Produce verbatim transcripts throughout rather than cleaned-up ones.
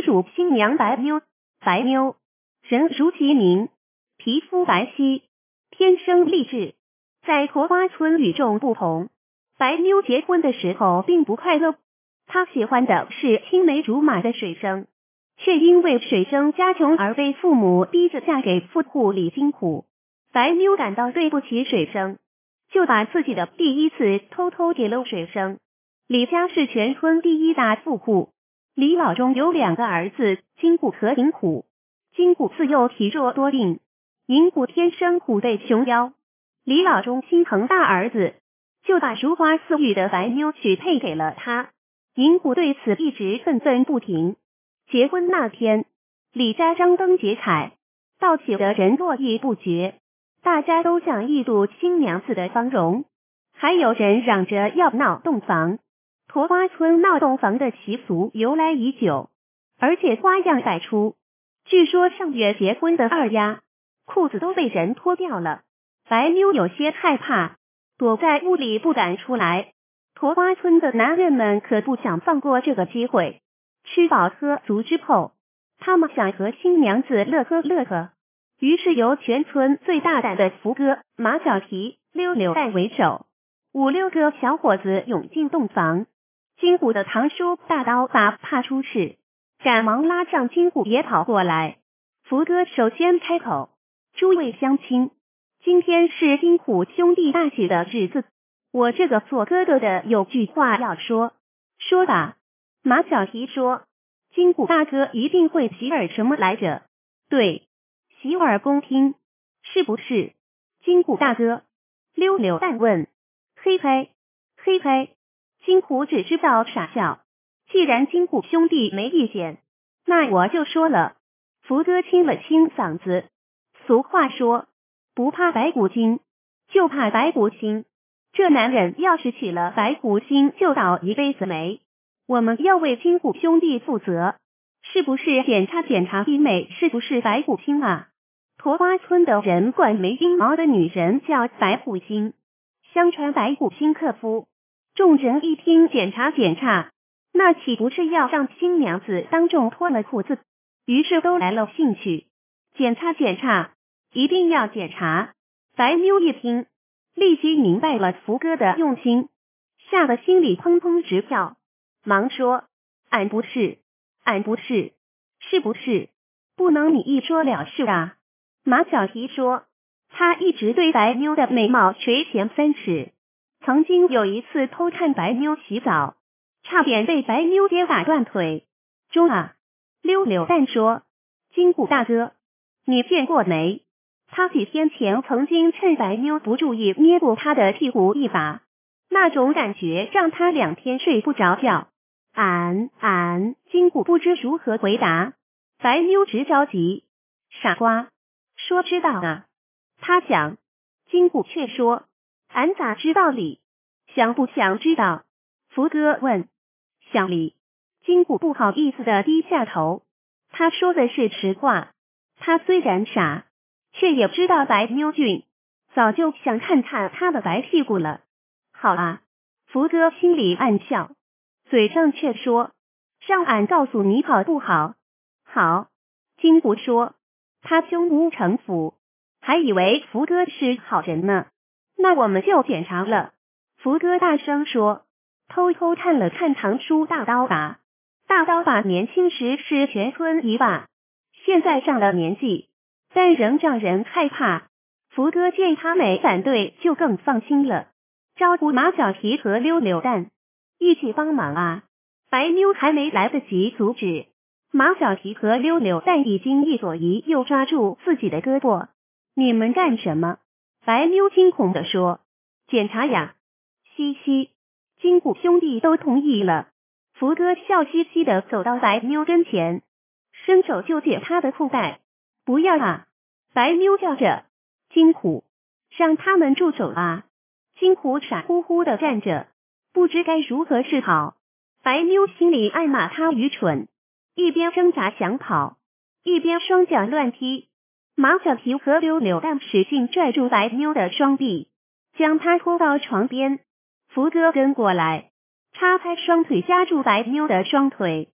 主新娘白妞。白妞，人如其名，皮肤白皙，天生丽质。在驼花村与众不同，白妞结婚的时候并不快乐。她喜欢的是青梅竹马的水生，却因为水生家穷而被父母逼着嫁给富户李金虎。白妞感到对不起水生，就把自己的第一次偷偷给了水生。李家是全村第一大富户，李老中有两个儿子金虎和银虎。金虎自幼体弱多病，银虎天生虎背熊腰。李老中心疼大儿子，就把如花似玉的白妞许配给了他。银虎对此一直愤愤不平。结婚那天，李家张灯结彩，到齐的人络绎不绝，大家都想一睹新娘子的芳容，还有人嚷着要闹洞房。驼花村闹洞房的习俗由来已久，而且花样百出。据说上月结婚的二丫，裤子都被人脱掉了。白妞有些害怕，躲在屋里不敢出来。驼花村的男人们可不想放过这个机会。吃饱喝足之后，他们想和新娘子乐呵乐呵，于是由全村最大胆的福哥、马小提、溜溜蛋为首，五六个小伙子涌进洞房。金虎的堂叔大刀把怕出事，赶忙拉上金虎也跑过来。福哥首先开口：“诸位乡亲，今天是金虎兄弟大喜的日子，我这个做哥哥的有句话要说。”“说吧。”马小提说。“金虎大哥一定会洗耳什么来着？”“对，洗耳恭听，是不是？”金虎大哥。溜溜蛋问。“嘿嘿，嘿嘿。”金虎只知道傻笑。既然金虎兄弟没意见，那我就说了。福哥清了清嗓子。俗话说，不怕白骨精，就怕白骨精。这男人要是起了白骨精，就倒一辈子霉。我们要为金虎兄弟负责，是不是检查检查弟妹是不是白骨精啊？驼花村的人管没阴毛的女人叫白骨精，相传白骨精克夫。众人一听检查检查，那岂不是要让新娘子当众脱了裤子？于是都来了兴趣。检查检查，一定要检查。白妞一听，立即明白了福哥的用心，吓得心里砰砰直跳，忙说：“俺不是，俺不是，是不是？不能你一说了事啊。”马小提说，他一直对白妞的美貌垂涎三尺。曾经有一次偷看白妞洗澡，差点被白妞跌打断腿。中啊！溜溜蛋说：“金虎大哥，你见过没？他几天前曾经趁白妞不注意捏过他的屁股一把，那种感觉让他两天睡不着觉。”俺俺金虎不知如何回答。白妞直着急：“傻瓜，说知道啊。”他想，金虎却说：“俺咋知道理？想不想知道？”福哥问。想理。金虎不好意思的低下头。他说的是实话。他虽然傻，却也知道白妞俊，早就想看看他的白屁股了。好啊，福哥心里暗笑，嘴上却说：“让俺告诉你好不好？”好。金虎说。他胸无城府，还以为福哥是好人呢。那我们就检查了。福哥大声说，偷偷看了看堂叔大刀把。大刀把年轻时是全村一霸，现在上了年纪，但仍让人害怕。福哥见他没反对，就更放心了，招呼马小提和溜溜蛋一起帮忙啊。白妞还没来得及阻止，马小提和溜溜蛋已经一左一右抓住自己的胳膊。你们干什么？白妞惊恐地说。检查呀。嘻嘻，金虎兄弟都同意了。福哥笑嘻嘻地走到白妞跟前，伸手就解她的裤带。不要啊！白妞叫着。金虎，让他们住手啊！金虎傻乎乎地站着，不知该如何是好。白妞心里暗骂他愚蠢，一边挣扎想跑，一边双脚乱踢。马小提和溜溜蛋使劲拽住白妞的双臂，将她拖到床边。福哥跟过来，叉开双腿夹住白妞的双腿，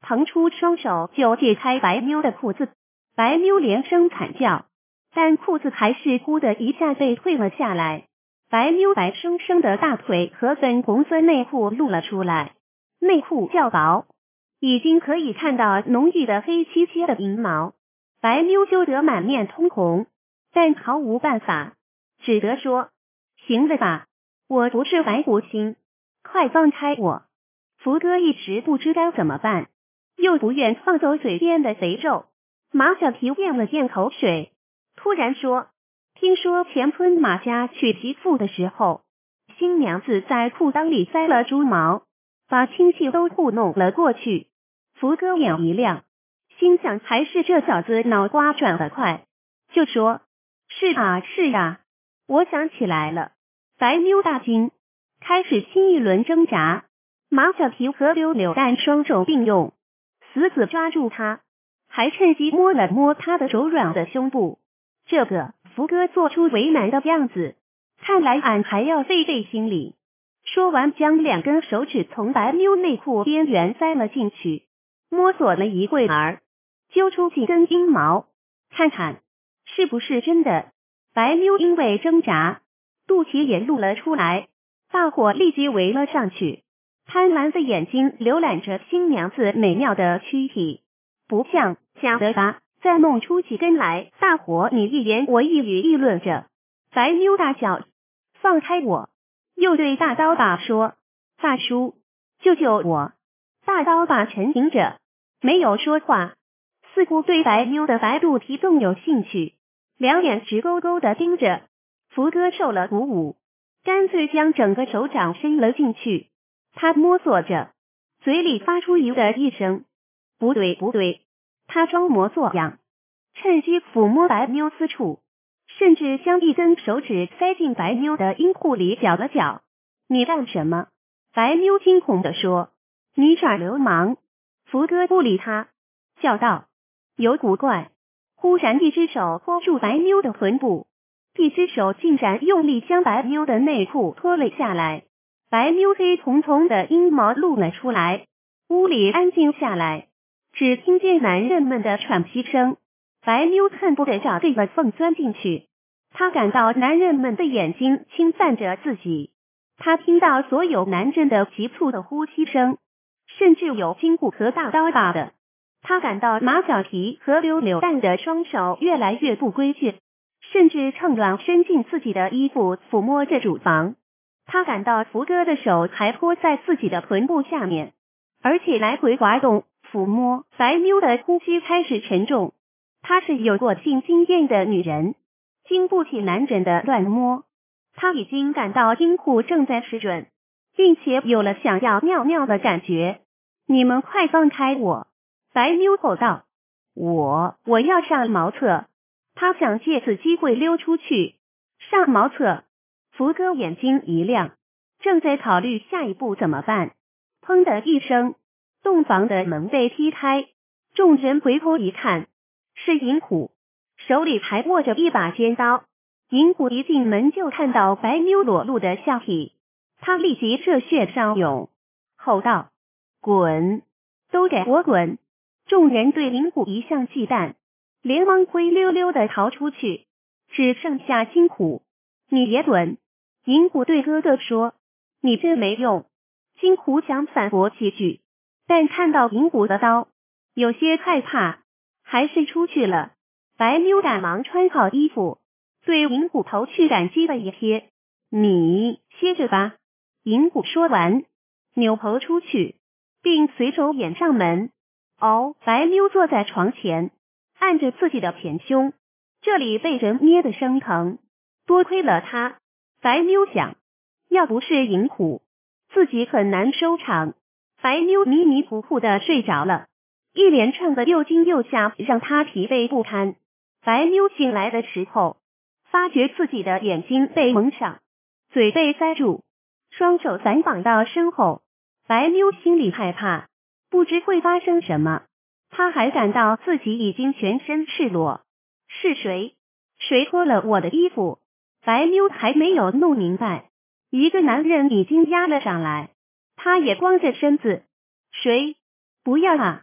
腾出双手就解开白妞的裤子，白妞连声惨叫，但裤子还是呼的一下被退了下来。白妞白生生的大腿和粉红色内裤露了出来，内裤较薄，已经可以看到浓郁的黑漆漆的阴毛。白妞羞得满面通红，但毫无办法，只得说：行了吧，我不是白骨精，快放开我。福哥一时不知该怎么办，又不愿放走嘴边的肥肉。马小提咽了咽口水，突然说：听说前村马家娶媳妇的时候，新娘子在裤裆里塞了猪毛，把亲戚都糊弄了过去。福哥眼一亮，心想还是这小子脑瓜转得快，就说：是啊是啊，我想起来了。白妞大惊，开始新一轮挣扎。马小提和溜溜蛋双手并用，死死抓住他，还趁机摸了摸他的柔软的胸部。这个福哥做出为难的样子，看来俺还要费费心理。说完，将两根手指从白妞内裤边缘塞了进去，摸索了一会儿，揪出几根阴毛，看看是不是真的。白妞因为挣扎，肚脐也露了出来，大伙立即围了上去，贪婪的眼睛浏览着新娘子美妙的躯体。不像假的吧，再弄出几根来，大伙你一言我一语议论着。白妞大叫：放开我！又对大刀把说：大叔，救救我！大刀把沉吟着，没有说话，似乎对白妞的白肚皮更有兴趣，两眼直勾勾的盯着。福哥受了鼓舞，干脆将整个手掌伸了进去。他摸索着，嘴里发出咦的一声。不对不对，他装模作样，趁机抚摸白妞私处，甚至将一根手指塞进白妞的阴户里搅了搅。你干什么？白妞惊恐地说：你耍流氓！福哥不理他，叫道：有古怪。忽然一只手托住白妞的臀部，一只手竟然用力将白妞的内裤脱了下来，白妞黑彤彤的阴毛露了出来。屋里安静下来，只听见男人们的喘息声。白妞恨不得找这个缝钻进去，她感到男人们的眼睛侵犯着自己，她听到所有男人的急促的呼吸声，甚至有金骨和大刀把的。她感到马小提和溜溜蛋的双手越来越不规矩，甚至趁乱伸进自己的衣服抚摸着乳房。她感到福哥的手还托在自己的臀部下面，而且来回滑动抚摸。白妞的呼吸开始沉重，她是有过性经验的女人，经不起男人的乱摸。她已经感到阴户正在失准，并且有了想要尿尿的感觉。你们快放开我！白妞吼道：我我要上茅厕！她想借此机会溜出去。上茅厕！福哥眼睛一亮，正在考虑下一步怎么办。砰的一声，洞房的门被踢开，众人回头一看，是银虎，手里还握着一把尖刀。银虎一进门就看到白妞裸露的下体，他立即热血上涌，吼道：滚！都给我滚！众人对银虎一向忌惮，连忙灰溜溜的逃出去，只剩下金虎。你也滚！银虎对哥哥说：你真没用。金虎想反驳几句，但看到银虎的刀，有些害怕，还是出去了。白妞赶忙穿好衣服，对银虎投去感激的一瞥。你歇着吧。银虎说完，扭头出去，并随手掩上门。哦，白妞坐在床前，按着自己的偏胸，这里被人捏得生疼。多亏了他，白妞想，要不是银虎，自己很难收场。白妞迷迷糊糊的睡着了，一连串的又惊又吓让她疲惫不堪。白妞醒来的时候，发觉自己的眼睛被蒙上，嘴被塞住，双手反绑到身后。白妞心里害怕，不知会发生什么。她还感到自己已经全身赤裸。是谁？谁脱了我的衣服？白妞还没有弄明白，一个男人已经压了上来，他也光着身子。谁？不要啊！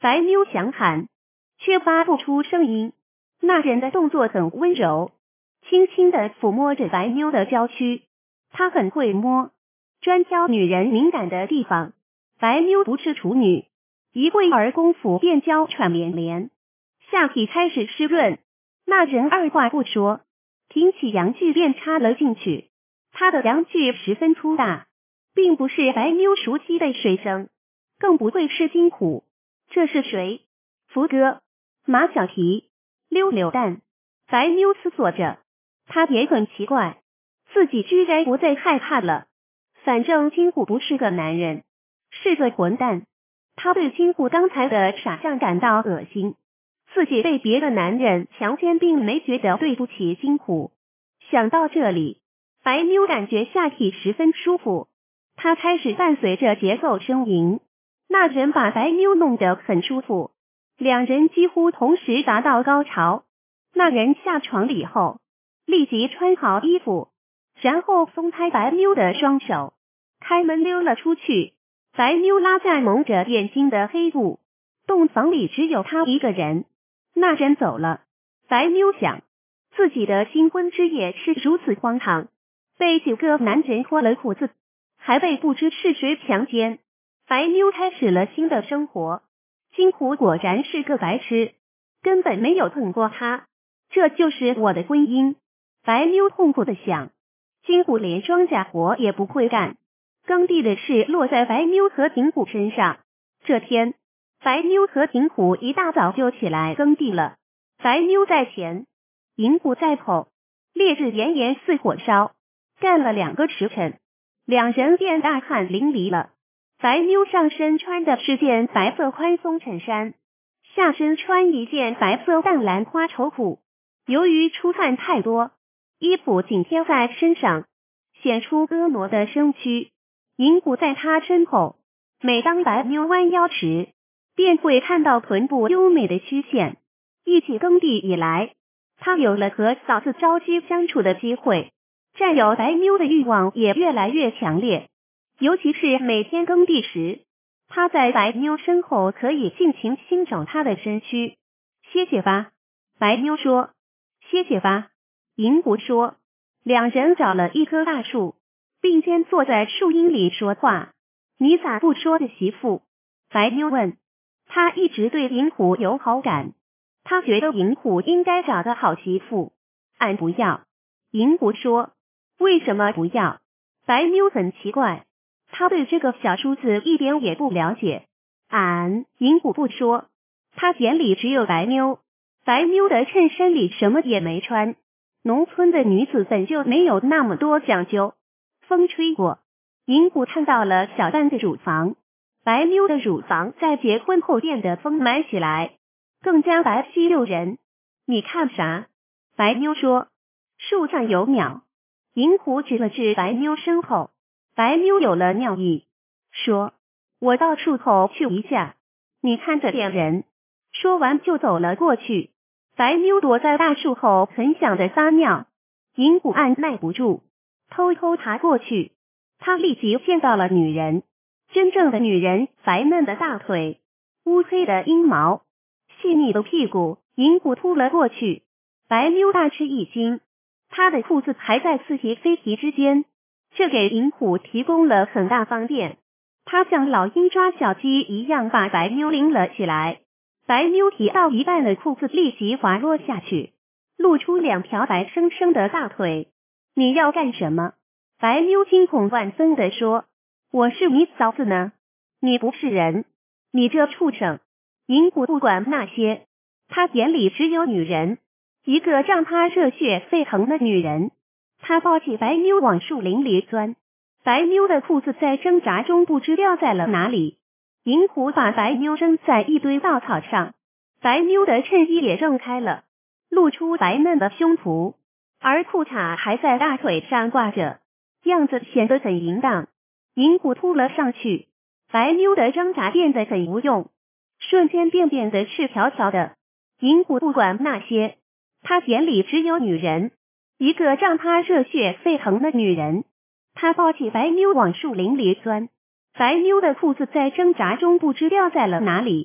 白妞想喊，却发不出声音。那人的动作很温柔，轻轻地抚摸着白妞的娇躯。他很会摸，专挑女人敏感的地方。白妞不是处女，一会儿功夫便娇喘连连，下体开始湿润。那人二话不说，挺起阳具便插了进去。他的阳具十分粗大，并不是白妞熟悉的水生，更不会是金虎。这是谁？福哥、马小提、溜溜蛋。白妞思索着，他也很奇怪，自己居然不再害怕了。反正金虎不是个男人，是个混蛋。他对金虎刚才的傻相感到恶心，自己被别的男人强奸并没觉得对不起金虎。想到这里，白妞感觉下体十分舒服，她开始伴随着节奏呻吟。那人把白妞弄得很舒服，两人几乎同时达到高潮。那人下床以后，立即穿好衣服，然后松开白妞的双手，开门溜了出去。白妞拉下蒙着眼睛的黑布，洞房里只有她一个人。那人走了，白妞想，自己的新婚之夜是如此荒唐，被九个男人脱了裤子，还被不知是谁强奸。白妞开始了新的生活。金虎果然是个白痴，根本没有碰过她，这就是我的婚姻。白妞痛苦的想，金虎连庄稼活也不会干，耕地的事落在白妞和金虎身上。这天，白妞和金虎一大早就起来耕地了。白妞在前，银虎在后，烈日炎炎似火烧，干了两个时辰，两人便大汗淋漓了。白妞上身穿的是件白色宽松衬衫，下身穿一件白色淡蓝花绸裤。由于出汗太多，衣服紧贴在身上，显出婀娜的身躯。银虎在她身后，每当白妞弯腰时，便会看到臀部优美的曲线。一起耕地以来，他有了和嫂子朝夕相处的机会，占有白妞的欲望也越来越强烈。尤其是每天耕地时，他在白妞身后可以尽情欣赏她的身躯。歇歇吧，白妞说。歇歇吧，银虎说。两人找了一棵大树，并肩坐在树荫里说话。你咋不说的媳妇？白妞问。他一直对银虎有好感，他觉得银虎应该找个好媳妇。俺不要。银虎说。为什么不要？白妞很奇怪，他对这个小叔子一点也不了解。俺，银虎不说，他眼里只有白妞。白妞的衬衫里什么也没穿，农村的女子本就没有那么多讲究。风吹过，银虎看到了小蛋的乳房，白妞的乳房在结婚后变得丰满起来，更加白皙诱人。你看啥？白妞说。树上有鸟。银虎指了指白妞身后。白妞有了尿意，说，我到树后去一下，你看着点人。说完就走了过去。白妞躲在大树后，很想着撒尿。银虎按耐不住，偷偷爬过去。他立即见到了女人，真正的女人，白嫩的大腿，乌黑的阴毛，细腻的屁股。银虎扑了过去。白妞大吃一惊，她的裤子还在似提非提之间，这给银虎提供了很大方便。他像老鹰抓小鸡一样把白妞拎了起来。白妞提到一半的裤子立即滑落下去，露出两条白生生的大腿。你要干什么？白妞惊恐万分地说。我是你嫂子呢，你不是人，你这畜生！银虎不管那些，他眼里只有女人，一个让他热血沸腾的女人。他抱起白妞往树林里钻，白妞的裤子在挣扎中不知掉在了哪里。银虎把白妞扔在一堆稻草上，白妞的衬衣也挣开了，露出白嫩的胸脯，而裤衩还在大腿上挂着，样子显得很淫荡。银虎扑了上去，白妞的挣扎变得很无用，瞬间便变得赤条条的。银虎不管那些，他眼里只有女人，一个让他热血沸腾的女人。他抱起白妞往树林里钻，白妞的裤子在挣扎中不知掉在了哪里。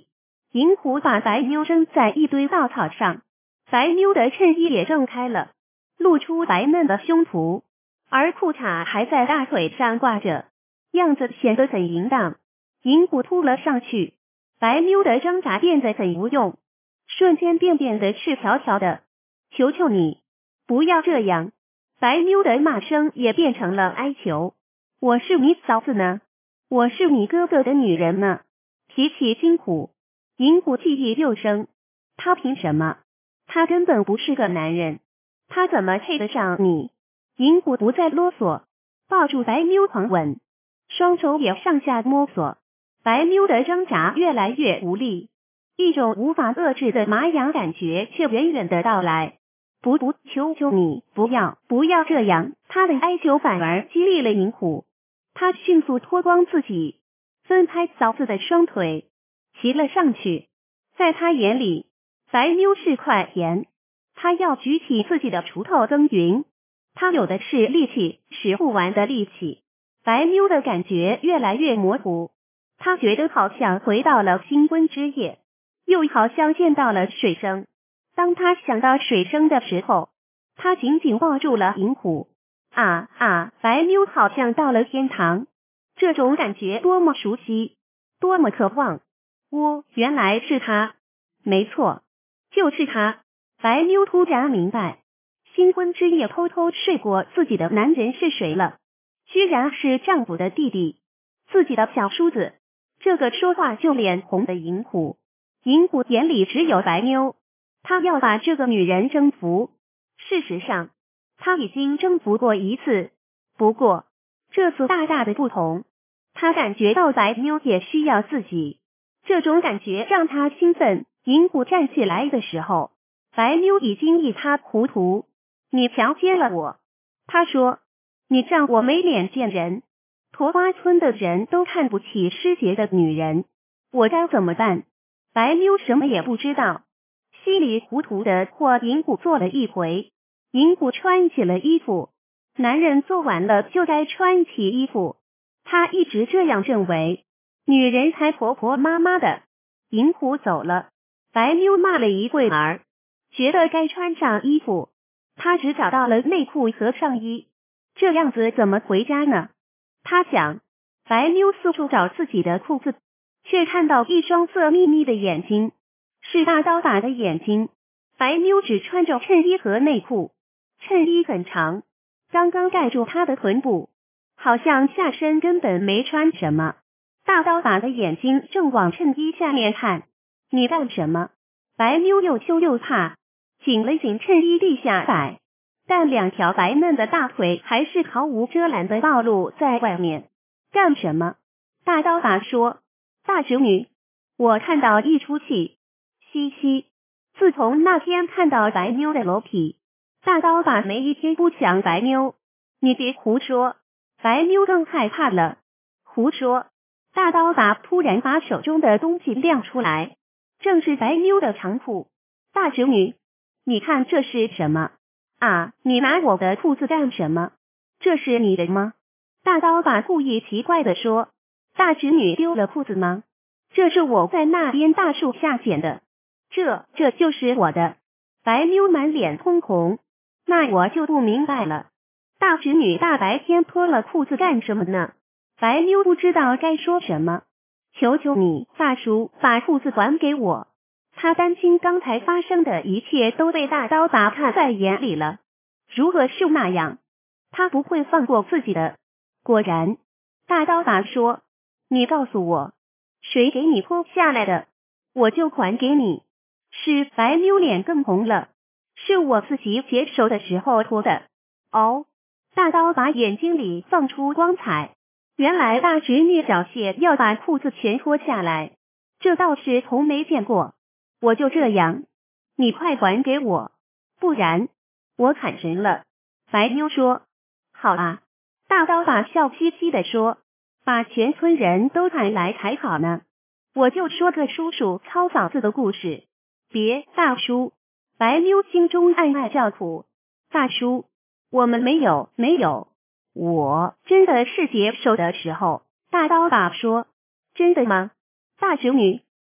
银狐把白妞扔在一堆稻草上，白妞的衬衣也挣开了，露出白嫩的胸脯，而裤衩还在大腿上挂着，样子显得很淫荡。银狐扑了上去，白妞的挣扎变得很无用，瞬间便变得赤条条的。求求你，不要这样！白妞的骂声也变成了哀求。我是你嫂子呢，我是你哥哥的女人呢！提起金虎，银狐气意又生。他凭什么？他根本不是个男人，他怎么配得上你？银狐不再啰嗦，抱住白妞狂吻，双手也上下摸索。白妞的挣扎越来越无力，一种无法遏制的麻痒感觉却远远的到来。不不，求求你，不要，不要这样！他的哀求反而激励了银狐，他迅速脱光自己，分开嫂子的双腿，骑了上去。在他眼里，白妞是块田，他要举起自己的锄头耕耘，他有的是力气，使不完的力气。白妞的感觉越来越模糊，他觉得好像回到了新婚之夜，又好像见到了水生。当他想到水生的时候，他紧紧抱住了银狐。啊啊！白妞好像到了天堂，这种感觉多么熟悉，多么渴望！喔，原来是他，没错，就是他。白妞突然明白，新婚之夜偷偷睡过自己的男人是谁了，居然是丈夫的弟弟，自己的小叔子。这个说话就脸红的银狐，银狐眼里只有白妞。他要把这个女人征服。事实上，他已经征服过一次，不过这次大大的不同。他感觉到白妞也需要自己，这种感觉让他兴奋。银狐站起来的时候，白妞已经一塌糊涂。你强奸了我，他说，你让我没脸见人。驼花村的人都看不起失节的女人，我该怎么办？白妞什么也不知道。稀里糊涂的和银狐做了一回，银狐穿起了衣服，男人做完了就该穿起衣服，他一直这样认为，女人才婆婆妈妈的。银狐走了，白妞骂了一会儿，觉得该穿上衣服，她只找到了内裤和上衣，这样子怎么回家呢？她想，白妞四处找自己的裤子，却看到一双色眯眯的眼睛。是大刀打的眼睛。白妞只穿着衬衣和内裤，衬衣很长，刚刚盖住她的臀部，好像下身根本没穿什么。大刀打的眼睛正往衬衣下面看。你干什么？白妞又羞又怕，紧了紧衬衣地下摆，但两条白嫩的大腿还是毫无遮拦的暴露在外面。干什么？大刀打说，大侄女，我看到一出戏。嘻嘻，自从那天看到白妞的裸体，大刀把没一天不想白妞。你别胡说！白妞更害怕了。胡说！大刀把突然把手中的东西亮出来，正是白妞的长裤。大侄女，你看这是什么？啊，你拿我的裤子干什么？这是你的吗？大刀把故意奇怪的说。大侄女丢了裤子吗？这是我在那边大树下捡的。这这就是我的。白妞满脸通红。那我就不明白了，大侄女大白天脱了裤子干什么呢？白妞不知道该说什么。求求你，大叔，把裤子还给我。他担心刚才发生的一切都被大刀把看在眼里了，如果是那样，他不会放过自己的。果然，大刀把说，你告诉我，谁给你脱下来的，我就还给你。是。白妞脸更红了，是我自己解手的时候脱的。哦，大刀把眼睛里放出光彩，原来大侄女小谢要把裤子全脱下来，这倒是从没见过。我就这样，你快还给我，不然我砍人了。白妞说。好啊，大刀把笑嘻嘻的说，把全村人都喊来才好呢。我就说个叔叔操嫂子的故事。别，大叔！白妞心中暗暗叫苦。大叔，我们没有，没有。我真的是解手的时候。大刀把说。真的吗？大侄女，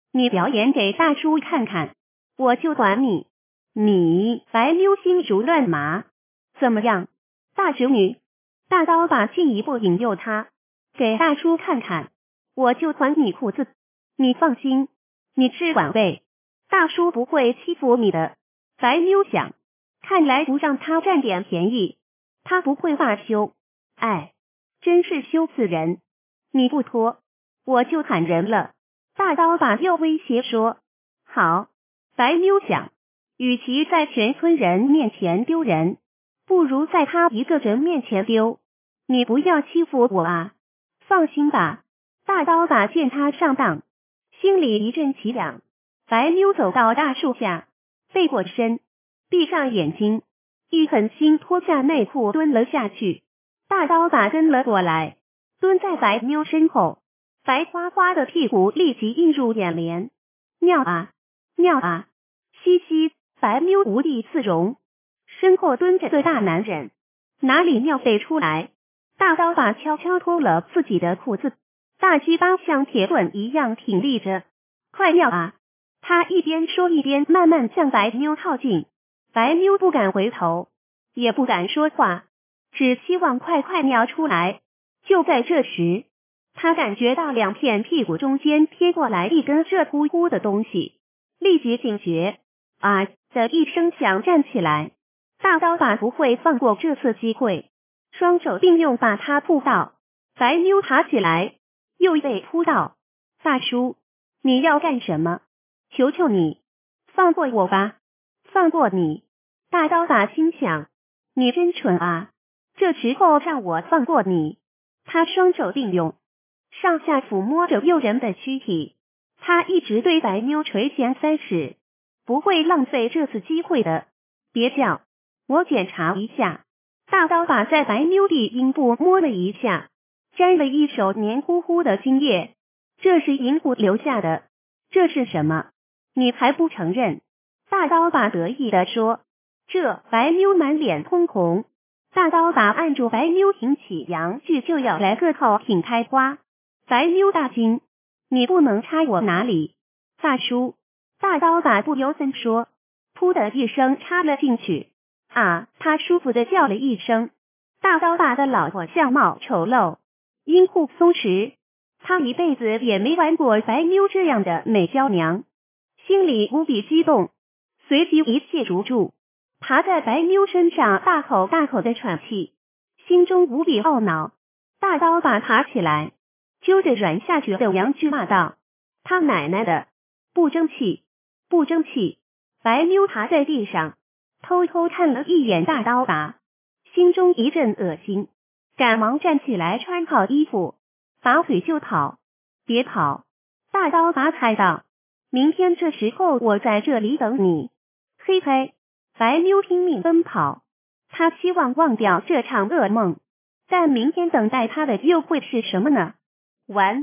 你表演给大叔看看，我就管你。你白妞心如乱麻。怎么样，大侄女？大刀把进一步引诱他，给大叔看看，我就还你裤子。你放心，你是晚辈，大叔不会欺负你的。白妞想，看来不让他占点便宜，他不会罢休。哎，真是羞死人！你不脱，我就喊人了。大刀把又威胁说。好，白妞想，与其在全村人面前丢人，不如在他一个人面前丢。你不要欺负我啊！放心吧。大刀把见他上当，心里一阵凄凉。白妞走到大树下，背过身，闭上眼睛，一狠心脱下内裤蹲了下去。大刀把跟了过来，蹲在白妞身后，白花花的屁股立即映入眼帘。尿啊尿啊！嘻嘻，白妞无地自容，身后蹲着个大男人，哪里尿飞出来？大刀把悄悄脱了自己的裤子，大鸡巴像铁棍一样挺立着。快尿啊！他一边说一边慢慢向白妞靠近。白妞不敢回头，也不敢说话，只希望快快尿出来。就在这时，他感觉到两片屁股中间贴过来一根热乎乎的东西，立即警觉，啊的一声想站起来。大刀把不会放过这次机会，双手并用把他扑倒。白妞爬起来，又被扑倒。大叔，你要干什么？求求你，放过我吧，放过你！大刀把心想，你真蠢啊，这时候让我放过你。他双手并用，上下抚摸着诱人的躯体，他一直对白妞垂涎三尺，不会浪费这次机会的。别叫，我检查一下。大刀把在白妞的阴部摸了一下，沾了一手黏糊糊的精液，这是银狐留下的。这是什么？你还不承认？大刀把得意地说。这白妞满脸通红，大刀把按住白妞挺起阳具就要来个套挺开花。白妞大惊，你不能插我哪里？大叔，大刀把不由分说，噗的一声插了进去。啊，他舒服的叫了一声。大刀把的老婆相貌丑陋，阴户松弛，他一辈子也没玩过白妞这样的美娇娘，心里无比激动，随即一切如注，爬在白妞身上大口大口的喘气，心中无比懊恼。大刀把爬起来，揪着软下去的阳具骂道：他奶奶的，不争气，不争气！白妞爬在地上，偷偷看了一眼大刀把，心中一阵恶心，赶忙站起来穿好衣服，拔腿就跑。别跑！大刀把喊道，明天这时候我在这里等你。嘿嘿！白妞拼命奔跑，她希望忘掉这场噩梦，但明天等待她的又会是什么呢？完。